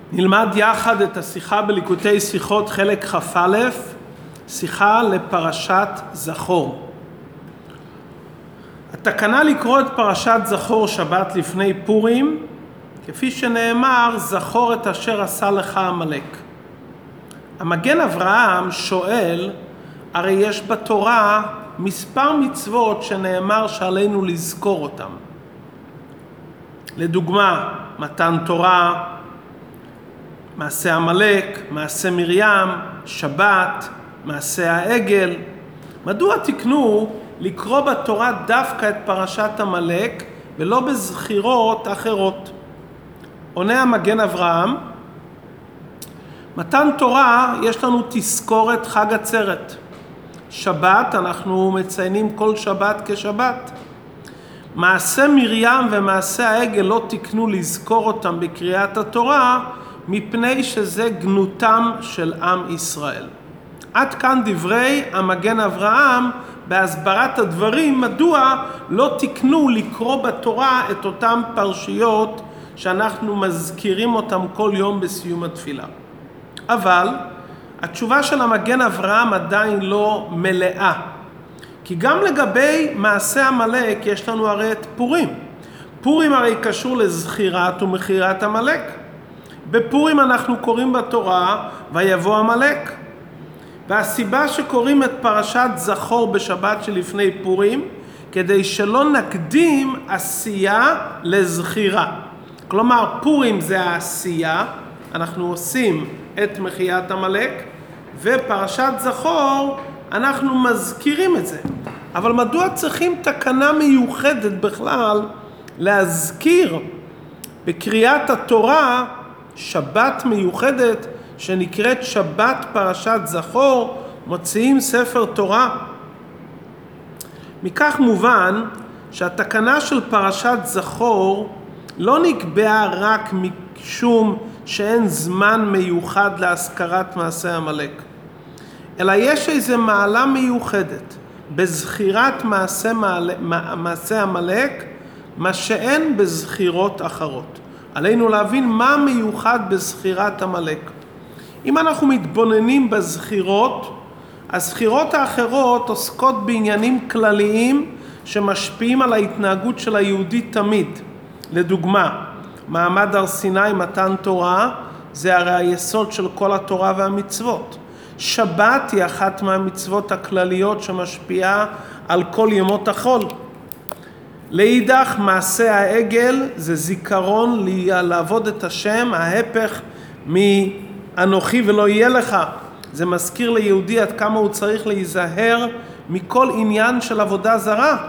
נלמד יחד את השיחה בליקוטי שיחות חלק כ"א, שיחה לפרשת זכור. התקנה לקרוא את פרשת זכור שבת לפני פורים, כפי שנאמר, זכור את אשר עשה לך עמלק. המגן אברהם שואל, הרי יש בתורה מספר מצוות שנאמר שעלינו לזכור אותם. לדוגמה, מתן תורה, מעשה עמלק, מעשה מרים, שבת, מעשה העגל. מדוע תקנו לקרוא בתורה דווקא את פרשת עמלק ולא בזכירות אחרות? עונה המגן אברהם, מתן תורה יש לנו תזכורת חג עצרת. שבת אנחנו מציינים כל שבת כשבת. מעשה מרים ומעשה העגל לא תקנו לזכור אותם בקריאת התורה, מפני שזה גנותם של עם ישראל. עד כאן דברי המגן אברהם בהסברת הדברים, מדוע לא תקנו לקרוא בתורה את אותם פרשיות שאנחנו מזכירים אותם כל יום בסיום התפילה. אבל התשובה של המגן אברהם עדיין לא מלאה, כי גם לגבי מעשה עמלק יש לנו הרי את פורים. פורים הרי קשור לזכירת ומכירת עמלק. בפורים אנחנו קוראים בתורה ויבוא עמלק. והסיבה שקוראים את פרשת זכור בשבת שלפני פורים, כדי שלא נקדים עשייה לזכירה. כלומר, פורים זה העשייה, אנחנו עושים את מחיית עמלק, ופרשת זכור אנחנו מזכירים את זה. אבל מדוע צריכים תקנה מיוחדת בכלל להזכיר בקריאת התורה שבת מיוחדת שנקראת שבת פרשת זכור, מוציאים ספר תורה? מכך מובן שהתקנה של פרשת זכור לא נקבעה רק משום שאין זמן מיוחד להזכרת מעשה עמלק, אלא יש איזו מעלה מיוחדת בזכירת מעשה עמלק, מה שאין בזכירות אחרות. עלינו להבין מה מיוחד בזכירת עמלק. אם אנחנו מתבוננים בזכירות, הזכירות האחרות עוסקות בעניינים כלליים שמשפיעים על ההתנהגות של היהודי תמיד. לדוגמה, מעמד הר סיני, מתן תורה, זה הרי היסוד של כל התורה והמצוות. שבת היא אחת מהמצוות הכלליות שמשפיעה על כל ימות החול. לאידך, מעשה העגל זה זיכרון לעבוד את השם, ההפך מאנוכי ולא יהיה לך. זה מזכיר ליהודי עד כמה הוא צריך להיזהר מכל עניין של עבודה זרה,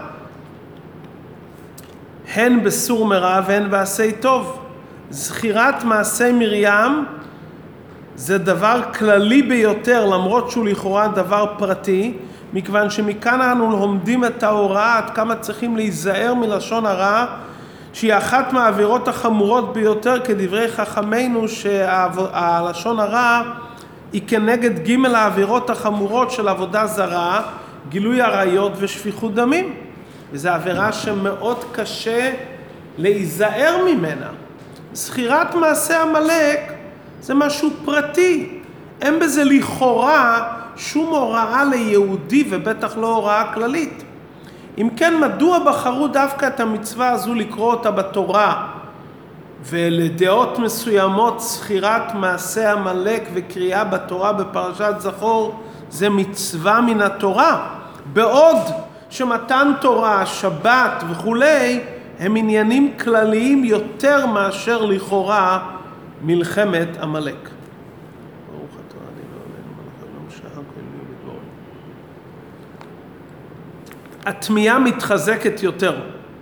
הן בסור מרע והן בעשי טוב. זכירת מעשה מרים זה דבר כללי ביותר, למרות שהוא לכאורה דבר פרטי, מכיוון שמכאן אנו לומדים את ההוראה עד כמה צריכים להיזהר מלשון הרע, שהיא אחת מהעבירות החמורות ביותר, כדברי חכמינו שהלשון הרע היא כנגד ג' העבירות החמורות של עבודה זרה, גילוי עריות ושפיכות דמים. וזו עבירה שמאוד קשה להיזהר ממנה. זכירת מעשה עמלק זה משהו פרטי, אין בזה לכאורה שום הוראה ליהודי ובטח לא הוראה כללית. אם כן, מדוע בחרו דווקא את המצווה הזו לקרוא אותה בתורה, ולדעות מסוימות זכירת מעשה עמלק וקריאה בתורה בפרשת זכור זה מצווה מן התורה, בעוד שמתן תורה, שבת וכולי הם עניינים כלליים יותר מאשר לכאורה מלחמת עמלק. התמיהה מתחזקת יותר.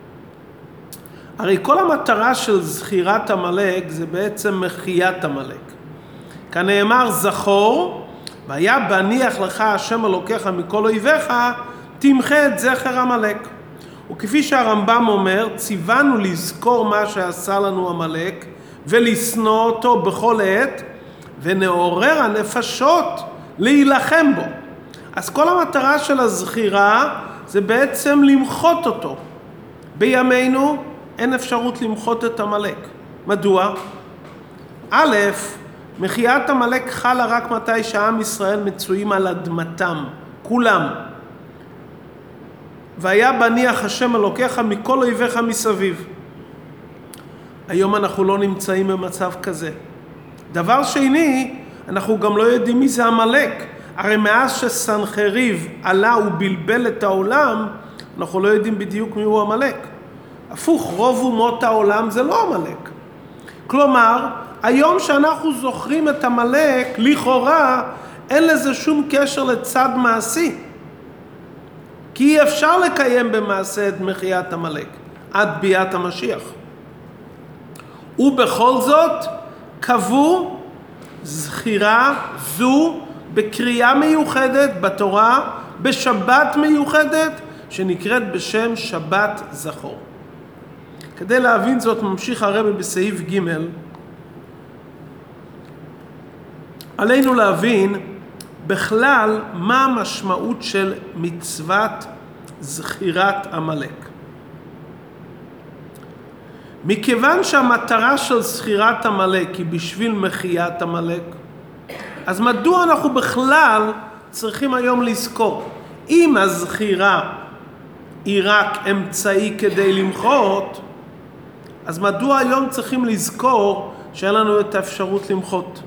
הרי כל המטרה של זכירת עמלק זה בעצם מחיית עמלק. כנאמר זכור, והיה בהניח לך השם אלוקיך מכל אויביך, תמחה את זכר עמלק. וכפי שהרמב"ם אומר, ציוונו לזכור מה שעשה לנו עמלק ולשנוא אותו בכל עת, ונעורר הנפשות להילחם בו. אז כל המטרה של הזכירה זה בעצם למחות אותו. בימינו אין אפשרות למחות את עמלק. מדוע? א', מחיית עמלק חלה רק מתי שעם ישראל מצויים על אדמתם, כולם. והיה בניח השם אלוקיך מכל אויביך מסביב. היום אנחנו לא נמצאים במצב כזה. דבר שני, אנחנו גם לא יודעים מי זה עמלק. הרי מאז שסנחריב עלה ובלבל את העולם, אנחנו לא יודעים בדיוק מי הוא עמלק. הפוך, רוב אומות העולם זה לא עמלק. כלומר, היום שאנחנו זוכרים את עמלק, לכאורה אין לזה שום קשר לצד מעשי. כי אי אפשר לקיים במעשה את מחיית עמלק עד ביאת המשיח. ובכל זאת קבעו זכירה זו בקריאה מיוחדת בתורה, בשבת מיוחדת שנקראת בשם שבת זכור. כדי להבין זאת ממשיך הרבי בסעיף ג', עלינו להבין בכלל מה המשמעות של מצוות זכירת עמלק. מכיוון שהמטרה של זכירת עמלק היא בשביל מחיית עמלק, אז מדוע אנחנו בכלל צריכים היום לזכור? אם הזכירה היא רק אמצעי כדי למחות, אז מדוע היום צריכים לזכור שאין לנו את האפשרות למחות?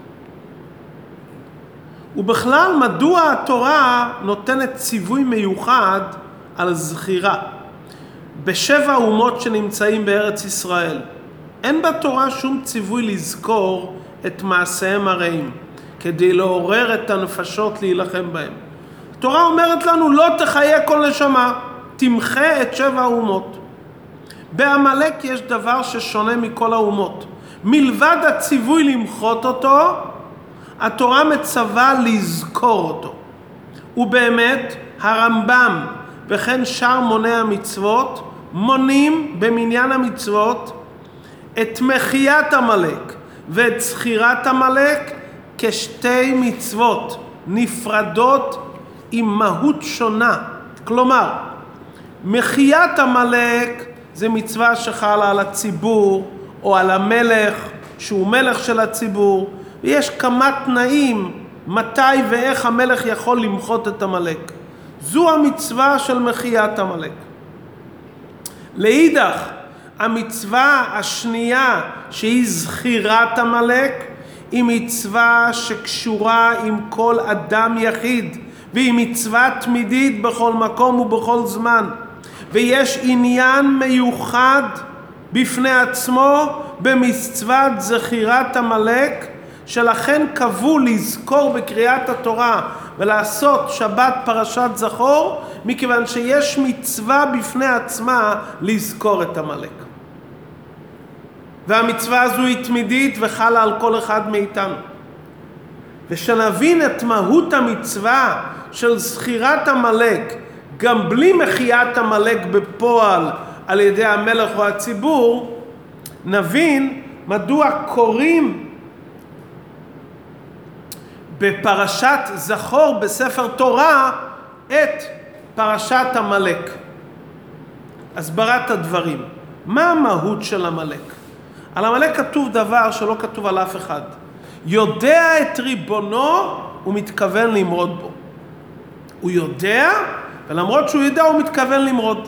ובכלל מדוע התורה נותנת ציווי מיוחד על זכירה בשבע אומות שנמצאים בארץ ישראל? אין בתורה שום ציווי לזכור את מעשיהם הרעים כדי לעורר את הנפשות להילחם בהם. התורה אומרת לנו לא תחיה כל נשמה, תמחה את שבע האומות. בעמלק יש דבר ששונה מכל האומות. מלבד הציווי למחות אותו, התורה מצווה לזכור אותו. ובאמת הרמב"ם וכן שאר מוני המצוות מונים במניין המצוות את מחיית עמלק ואת זכירת עמלק כשתי מצוות נפרדות עם מהות שונה. כלומר, מחיית עמלק זה מצווה שחלה על הציבור או על המלך שהוא מלך של הציבור, ויש כמה תנאים מתי ואיך המלך יכול למחות את עמלק. זו המצווה של מחיית עמלק. לאידך, המצווה השנייה שהיא זכירת עמלק היא מצווה שקשורה עם כל אדם יחיד, והיא מצווה תמידית בכל מקום ובכל זמן, ויש עניין מיוחד בפני עצמו במצוות זכירת עמלק, שלכן קבעו לזכור בקריאת התורה ולעשות שבת פרשת זכור, מכיוון שיש מצווה בפני עצמה לזכור את עמלק. והמצווה הזו היא תמידית וחלה על כל אחד מאיתנו. ושנבין את מהות המצווה של זכירת עמלק גם בלי מחיית עמלק בפועל על ידי המלך או הציבור, נבין מדוע קוראים בפרשת זכור בספר תורה את פרשת עמלק. הסברת הדברים. מה המהות של עמלק? על עמלק כתוב דבר שלא כתוב על אף אחד. יודע את ריבונו ומתכוון למרוד בו. הוא יודע, ולמרות שהוא יודע הוא מתכוון למרוד.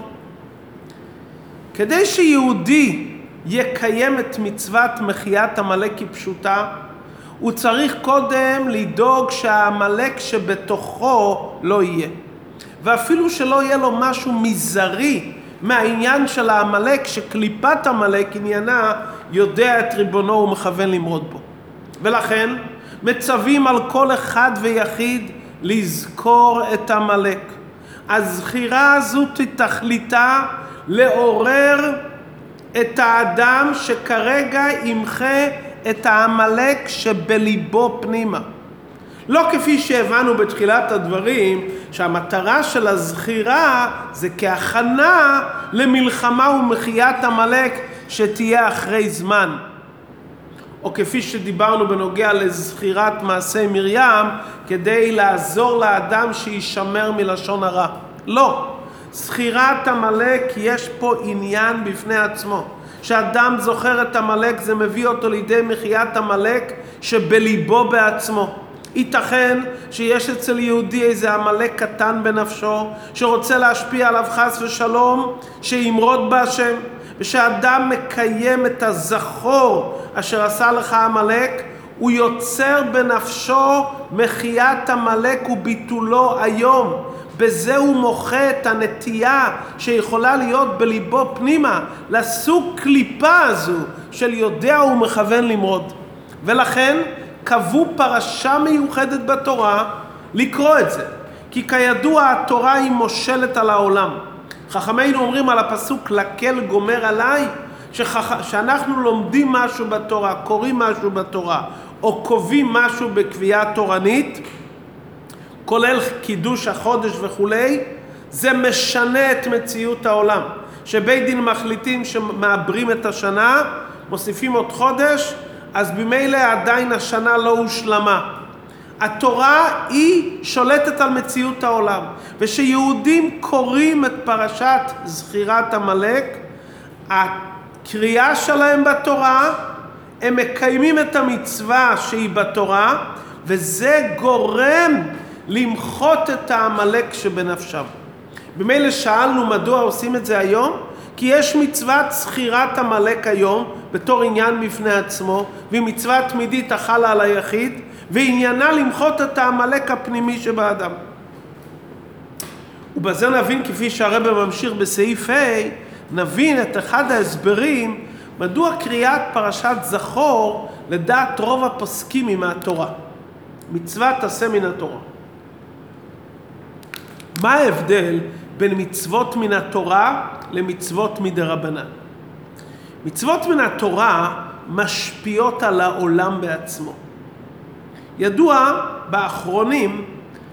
כדי שיהודי יקיים את מצוות מחיית עמלק כפשוטה, הוא צריך קודם לדאוג שהעמלק שבתוכו לא יהיה. ואפילו שלא יהיה לו משהו מזערי מהעניין של העמלק, שקליפת עמלק עניינה יודע את ריבונו ומכוון למרוד בו. ולכן מצווים על כל אחד ויחיד לזכור את עמלק. הזכירה הזו תכליתה לעורר את האדם שכרגע ימחה את העמלק שבליבו פנימה. לא כפי שהבנו בתחילת הדברים, שהמטרה של הזכירה זה כהכנה למלחמה ומחיית עמלק שתהיה אחרי זמן. או כפי שדיברנו בנוגע לזכירת מעשה מרים, כדי לעזור לאדם שישמר מלשון הרע. לא. זכירת עמלק יש פה עניין בפני עצמו, שאדם זוכר את המלאק, זה מביא אותו לידי מחיית המלאק שבליבו בעצמו. ייתכן שיש אצל יהודי איזה המלאק קטן בנפשו, שרוצה להשפיע עליו חס ושלום, שימרוד בהשם, ושאדם מקיים את הזכור אשר עשה לך המלאק, הוא יוצר בנפשו מחיית המלאק וביטולו היום. בזה הוא מוחה את הנטייה שיכולה להיות בליבו פנימה, לסוג קליפה הזו של יודע ומכוון למרוד. ולכן קבעו פרשה מיוחדת בתורה לקרוא את זה. כי כידוע התורה היא מושלת על העולם. חכמינו אומרים על הפסוק לקל גומר עליי, שאנחנו לומדים משהו בתורה, קוראים משהו בתורה, או קובעים משהו בקביעה תורנית, כולל קידוש החודש וכולי, זה משנה את מציאות העולם. שבית דין מחליטים שמעברים את השנה, מוסיפים עוד חודש, אז במילא עדיין השנה לא הושלמה. התורה היא שולטת על מציאות העולם. ושיהודים קוראים את פרשת זכירת המלאק, הקריאה שלהם בתורה, הם מקיימים את המצווה שהיא בתורה, וזה גורם למחות את המלאק שבנפשם. במילא שאלנו מדוע עושים את זה היום, כי יש מצוות זכירת המלאק היום בתור עניין בפני עצמו, והיא מצווה תמידית החלה על היחיד, ועניינה למחות את המלאק הפנימי שבאדם. ובזה נבין, כפי שהרב ממשיך בסעיף ה', נבין את אחד ההסברים מדוע קריאת פרשת זכור לדעת רוב הפוסקים היא מהתורה. מצוות עשה מן התורה. מה ההבדל בין מצוות מן התורה למצוות מדרבנן? מצוות מן התורה משפיעות על העולם בעצמו. ידוע באחרונים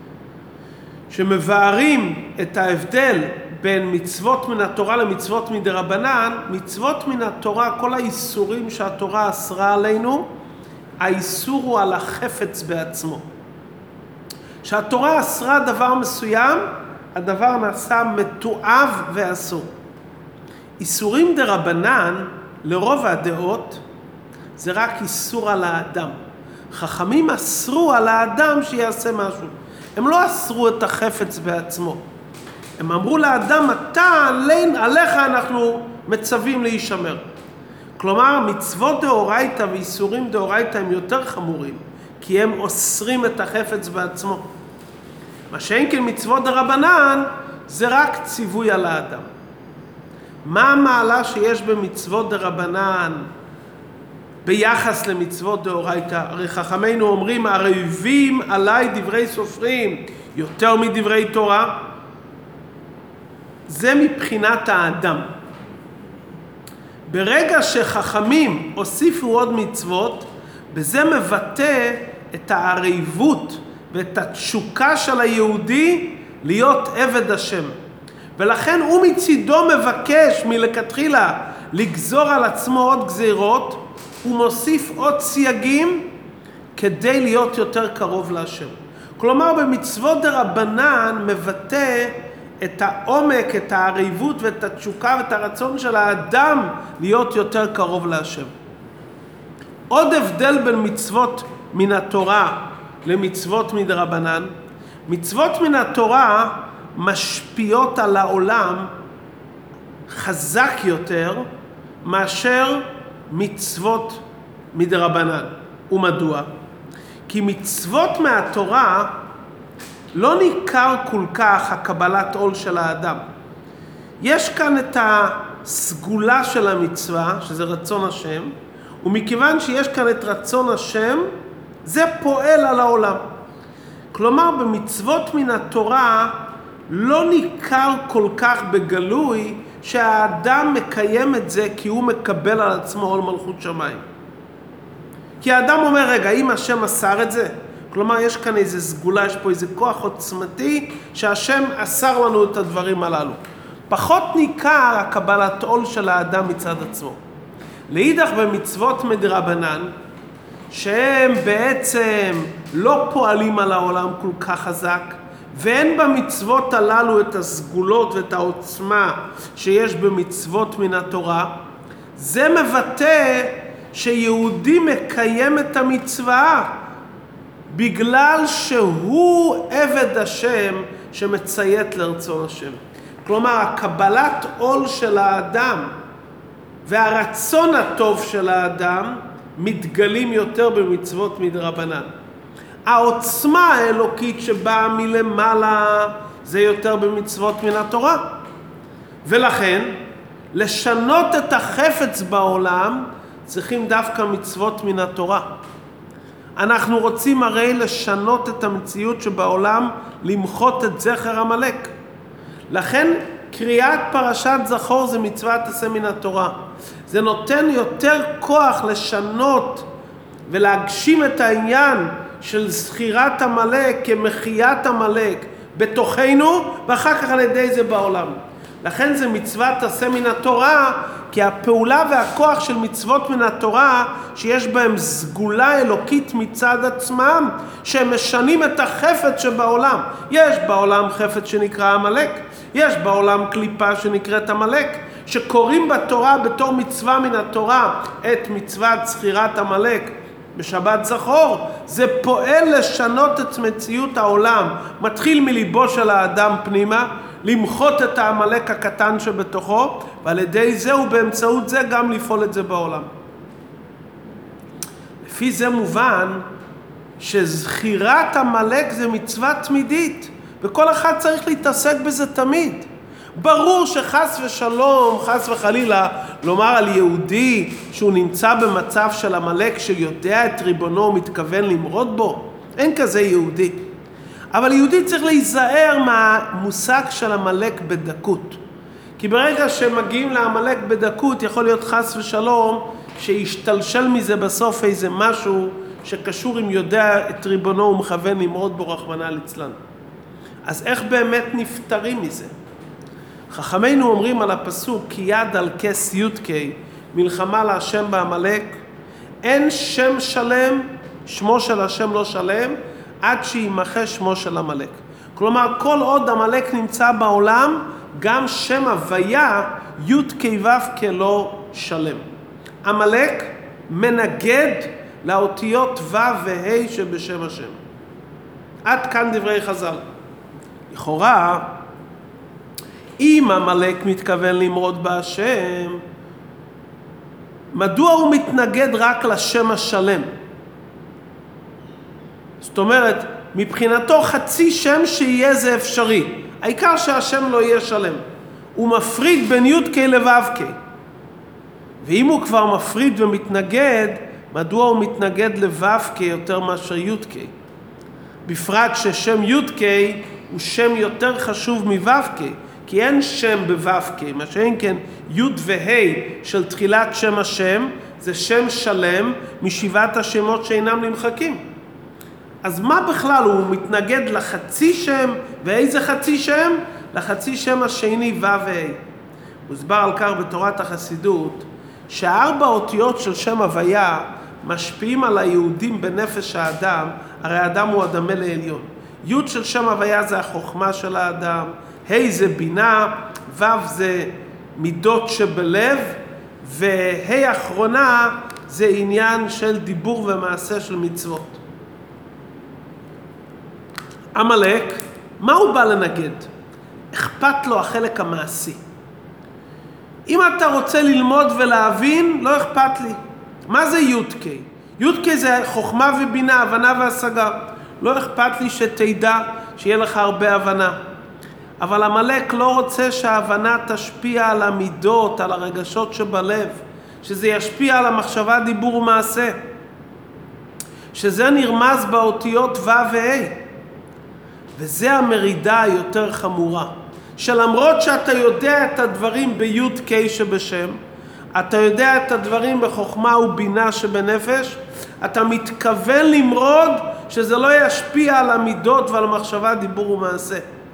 שמבארים את ההבדל בין מצוות מן התורה למצוות מדרבנן, מצוות מן התורה, כל האיסורים שהתורה אסרה עלינו, האיסור הוא על החפץ בעצמו. שהתורה אסרה דבר מסוים, הדבר נעשה מתועב ואסור. איסורים דרבנן, לרוב הדעות, זה רק איסור על האדם. חכמים אסרו על האדם שיעשה משהו. הם לא אסרו את החפץ בעצמו. הם אמרו לאדם, אתה, עליך אנחנו מצווים להישמר. כלומר, מצוות דאורייתא ואיסורים דאורייתא הם יותר חמורים, כי הם אוסרים את החפץ בעצמו. מה שאין כן מצוות דרבנן, זה רק ציווי על האדם. מה המעלה שיש במצוות דרבנן ביחס למצוות דאורייתא? הרי חכמינו אומרים, ערבים עליי דברי סופרים יותר מדברי תורה. זה מבחינת האדם. ברגע שחכמים הוסיפו עוד מצוות, בזה מבטא את הערבות ואת התשוקה של היהודי להיות עבד השם. ולכן הוא מצידו מבקש מלכתחילה לגזור על עצמו עוד גזירות, הוא מוסיף עוד סייגים כדי להיות יותר קרוב להשם. כלומר, במצוות דרבנן מבטא את העומק, את הערבות ואת התשוקה ואת הרצון של האדם להיות יותר קרוב להשם. עוד הבדל בין מצוות מן התורה למצוות מדרבנן, מצוות מן התורה משפיעות על העולם חזק יותר מאשר מצוות מדרבנן. ומדוע? כי מצוות מהתורה לא ניכר כל כך הקבלת עול של האדם. יש כאן את הסגולה של המצווה, שזה רצון השם, ומכיוון שיש כאן את רצון השם, זה פועל על העולם. כלומר, במצוות מן התורה לא ניכר כל כך בגלוי שהאדם מקיים את זה כי הוא מקבל על עצמו עול מלכות שמיים. כי האדם אומר, רגע, אם השם אסר את זה, כלומר יש כאן איזה סגולה, יש פה איזה כוח עוצמתי שהשם אסר לנו את הדברים הללו. פחות ניכר הקבלת עול של האדם מצד עצמו. להידך במצוות מדרבנן, שהם בעצם לא פועלים על העולם כל כך חזק, ואין במצוות הללו את הסגולות ואת העוצמה שיש במצוות מן התורה, זה מבטא שיהודי מקיים את המצווה בגלל שהוא עבד השם שמציית לרצון השם. כלומר, הקבלת עול של האדם והרצון הטוב של האדם מתגלים יותר במצוות מדרבנן. העוצמה האלוקית שבאה מלמעלה זה יותר במצוות מן התורה. ולכן, לשנות את החפץ בעולם צריכים דווקא מצוות מן התורה. אנחנו רוצים הרי לשנות את המציאות שבעולם, למחות את זכר עמלק. לכן קריאת פרשת זכור זה מצוות עשה מן התורה. זה נותן יותר כוח לשנות ולהגשים את העניין של זכירת עמלק כמחיית עמלק בתוכנו, ואחר כך על ידי זה בעולם. לכן זה מצוות עשה מן התורה, כי הפעולה והכוח של מצוות מן התורה שיש בהם סגולה אלוקית מצד עצמם, שהם משנים את החפץ שבעולם. יש בעולם חפץ שנקרא עמלק, יש בעולם קליפה שנקראת עמלק, שקוראים בתורה בתור מצווה מן התורה את מצוות זכירת עמלק בשבת זכור. זה פועל לשנות את מציאות העולם, מתחיל מליבו של האדם פנימה, למחות את העמלק הקטן שבתוכו, ועל ידי זה ובאמצעות זה גם לפעול את זה בעולם. לפי זה מובן שזכירת עמלק זה מצווה תמידית, וכל אחד צריך להתעסק בזה תמיד. ברור שחס ושלום, חס וחלילה, לומר על יהודי שהוא נמצא במצב של עמלק שיודע את ריבונו ומתכוון למרוד בו, אין כזה יהודי. אבל יהודי צריך להיזהר מהמושג של עמלק בדקות. כי ברגע שמגיעים לעמלק בדקות, יכול להיות חס ושלום שישתלשל מזה בסוף איזה משהו שקשור עם יודע את ריבונו ומכוון למרוד בו רחמנא ליצלן. אז איך באמת נפטרים מזה? חכמינו אומרים על הפסוק, כי יד על כס יודקי, מלחמה להשם בעמלק, אין שם שלם, שמו של השם לא שלם, עד שימחה שמו של עמלק. כלומר, כל עוד עמלק נמצא בעולם, גם שם הוויה, יודקי ו"ק לא שלם. עמלק מנגד לאותיות ו' וה' שבשם השם. עד כאן דברי חז"ל. לכאורה, אם עמלק מתכוון למרוד בהשם, מדוע הוא מתנגד רק לשם השלם? זאת אומרת, מבחינתו חצי שם שיהיה זה אפשרי. העיקר שהשם לא יהיה שלם. הוא מפריד בין יודקי לו"ק. ואם הוא כבר מפריד ומתנגד, מדוע הוא מתנגד לו"ק יותר מאשר יודקי? בפרט ששם יודקי הוא שם יותר חשוב מו"ק. כי אין שם בו"ק, מה שאין כן י' וה' של תחילת שם השם, זה שם שלם משבעת השמות שאינם נמחקים. אז מה בכלל הוא מתנגד לחצי שם, ואיזה חצי שם? לחצי שם השני ו' וה'. מוסבר על כך בתורת החסידות, שהארבע אותיות של שם הוויה משפיעים על היהודים בנפש האדם, הרי האדם הוא הדמה לעליון. י' של שם הוויה זה החוכמה של האדם, ה' זה בינה, ו' זה מידות שבלב, וה' האחרונה זה עניין של דיבור ומעשה של מצוות. עמלק, מה הוא בא לנגד? אכפת לו החלק המעשי. אם אתה רוצה ללמוד ולהבין, לא אכפת לי. מה זה יודקי? יודקי זה חוכמה ובינה, הבנה והשגה. לא אכפת לי שתדע, שיהיה לך הרבה הבנה. אבל עמלק לא רוצה שההבנה תשפיע על המידות, על הרגשות שבלב, שזה ישפיע על המחשבה, דיבור ומעשה. שזה נרמז באותיות ו' וה'. וזה המרידה היותר חמורה. שלמרות שאתה יודע את הדברים בי"ק שבשם, אתה יודע את הדברים בחוכמה ובינה שבנפש, אתה מתכוון למרוד שזה לא ישפיע על המידות ועל המחשבה, דיבור ומעשה.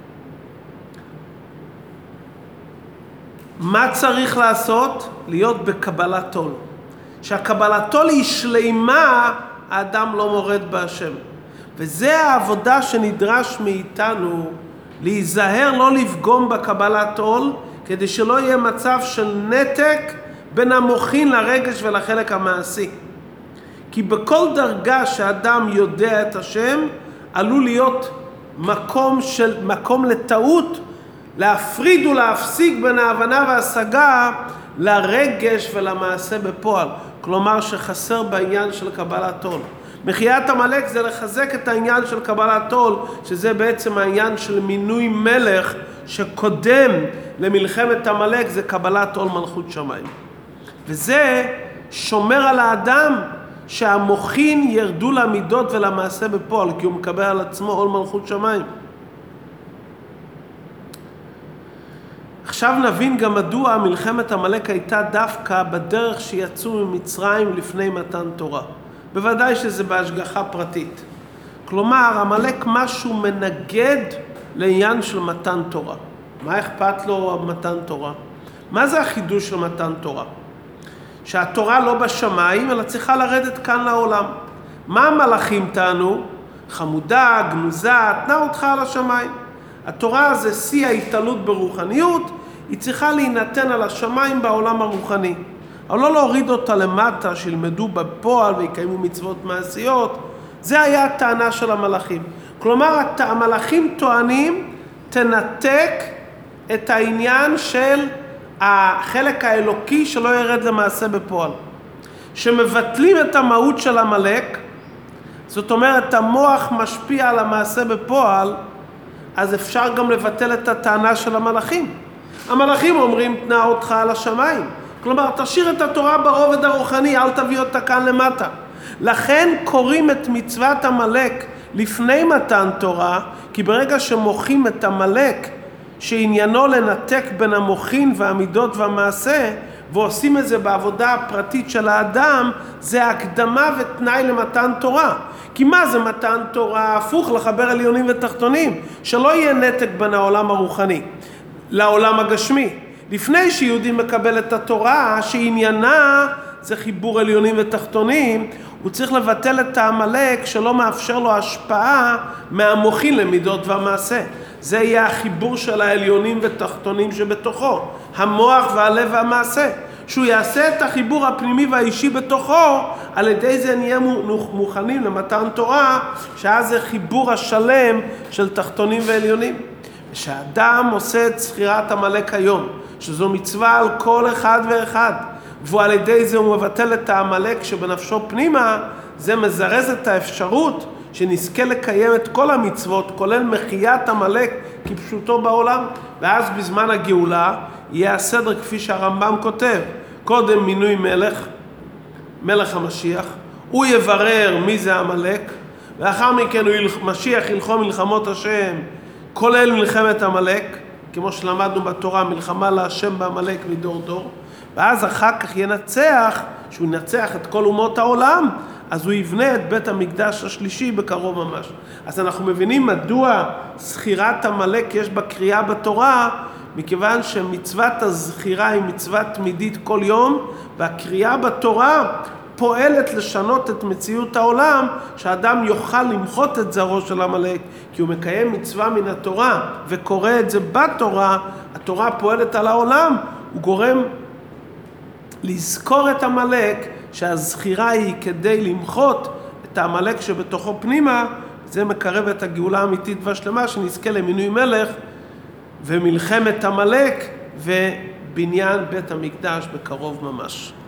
מה צריך לעשות? להיות בקבלת עול. שהקבלת עול היא שלמה, האדם לא מורד בהשם. וזה העבודה שנדרש מאיתנו, להיזהר לא לפגום בקבלת עול, כדי שלא יהיה מצב של נתק בין המוחין לרגש ולחלק המעשי. כי בכל דרגה שאדם יודע את השם, עלול להיות מקום לטעות, להפריד ולהפסיק בין ההבנה וההשגה לרגש ולמעשה בפועל. כלומר שחסר בעניין של קבלת עול. מחיית עמלק זה לחזק את העניין של קבלת עול, שזה בעצם העניין של מינוי מלך שקודם למלחמת עמלק, זה קבלת עול מלכות שמיים. וזה שומר על האדם שהמוחין ירדו למידות ולמעשה בפועל, כי הוא מקבל על עצמו עול מלכות שמיים. עכשיו נבין גם מדוע מלחמת עמלק הייתה דווקא בדרך שיצאו ממצרים לפני מתן תורה. בוודאי שזה בהשגחה פרטית. כלומר, עמלק משהו מנגד לעניין של מתן תורה. מה אכפת לו מתן תורה? מה זה החידוש של מתן תורה? שהתורה לא בשמיים, אלא צריכה לרדת כאן לעולם. מה המלאכים טענו? חמודה, גנוזה, תנה אותך על השמיים. התורה זה שיא ההתעלות ברוחניות, היא צריכה להינתן על השמיים בעולם הרוחני. אבל לא להוריד אותה למטה, שילמדו בפועל ויקיימו מצוות מעשיות. זה היה הטענה של המלאכים. כלומר, המלאכים טוענים, תנתק את העניין של החלק האלוקי שלא ירד למעשה בפועל. שמבטלים את המהות של עמלק, זאת אומרת, המוח משפיע על המעשה בפועל, אז אפשר גם לבטל את הטענה של המלאכים. המלאכים אומרים, תנה אותך על השמיים. כלומר, תשאיר את התורה ברובד הרוחני, אל תביא אותה כאן למטה. לכן קוראים את מצוות עמלק לפני מתן תורה, כי ברגע שמוחים את עמלק, שעניינו לנתק בין המוחין והמידות והמעשה, ועושים את זה בעבודה הפרטית של האדם, זה הקדמה ותנאי למתן תורה. כי מה זה מתן תורה? הפוך, לחבר עליונים ותחתונים, שלא יהיה נתק בין העולם הרוחני לעולם הגשמי. לפני שיהודי מקבל את התורה, שעניינה זה חיבור עליונים ותחתונים, הוא צריך לבטל את העמלק שלא מאפשר לו השפעה מהמוחין למידות והמעשה. זה יהיה החיבור של העליונים ותחתונים שבתוכו, המוח והלב והמעשה. שהוא יעשה את החיבור הפנימי והאישי בתוכו, על ידי זה נהיה מוכנים למתן תורה, שאז זה חיבור השלם של תחתונים ועליונים. כשאדם עושה את זכירת עמלק היום, שזו מצווה על כל אחד ואחד, ועל ידי זה הוא מבטל את העמלק שבנפשו פנימה, זה מזרז את האפשרות שנזכה לקיים את כל המצוות, כולל מחיית עמלק כפשוטו בעולם. ואז בזמן הגאולה יהיה הסדר כפי שהרמב"ם כותב. קודם מינוי מלך המשיח, הוא יברר מי זה עמלק, ואחר מכן משיח ילחום מלחמות השם, כולל מלחמת עמלק, כמו שלמדנו בתורה, מלחמה להשם בעמלק מדור דור. ואז אחר כך ינצח, שהוא ינצח את כל אומות העולם, אז הוא יבנה את בית המקדש השלישי בקרוב ממש. אז אנחנו מבינים מדוע זכירת עמלק יש בה קריאה בתורה, מכיוון שמצוות הזכירה היא מצווה תמידית כל יום, והקריאה בתורה פועלת לשנות את מציאות העולם, שאדם יוכל למחות את זרעו של עמלק, כי הוא מקיים מצווה מן התורה וקורא את זה בתורה, התורה פועלת על העולם, הוא גורם לזכור את עמלק, שהזכירה היא כדי למחות את העמלק שבתוכו פנימה. זה מקרב את הגאולה האמיתית והשלמה, שנזכה למינוי מלך ומלחמת עמלק ובניין בית המקדש בקרוב ממש.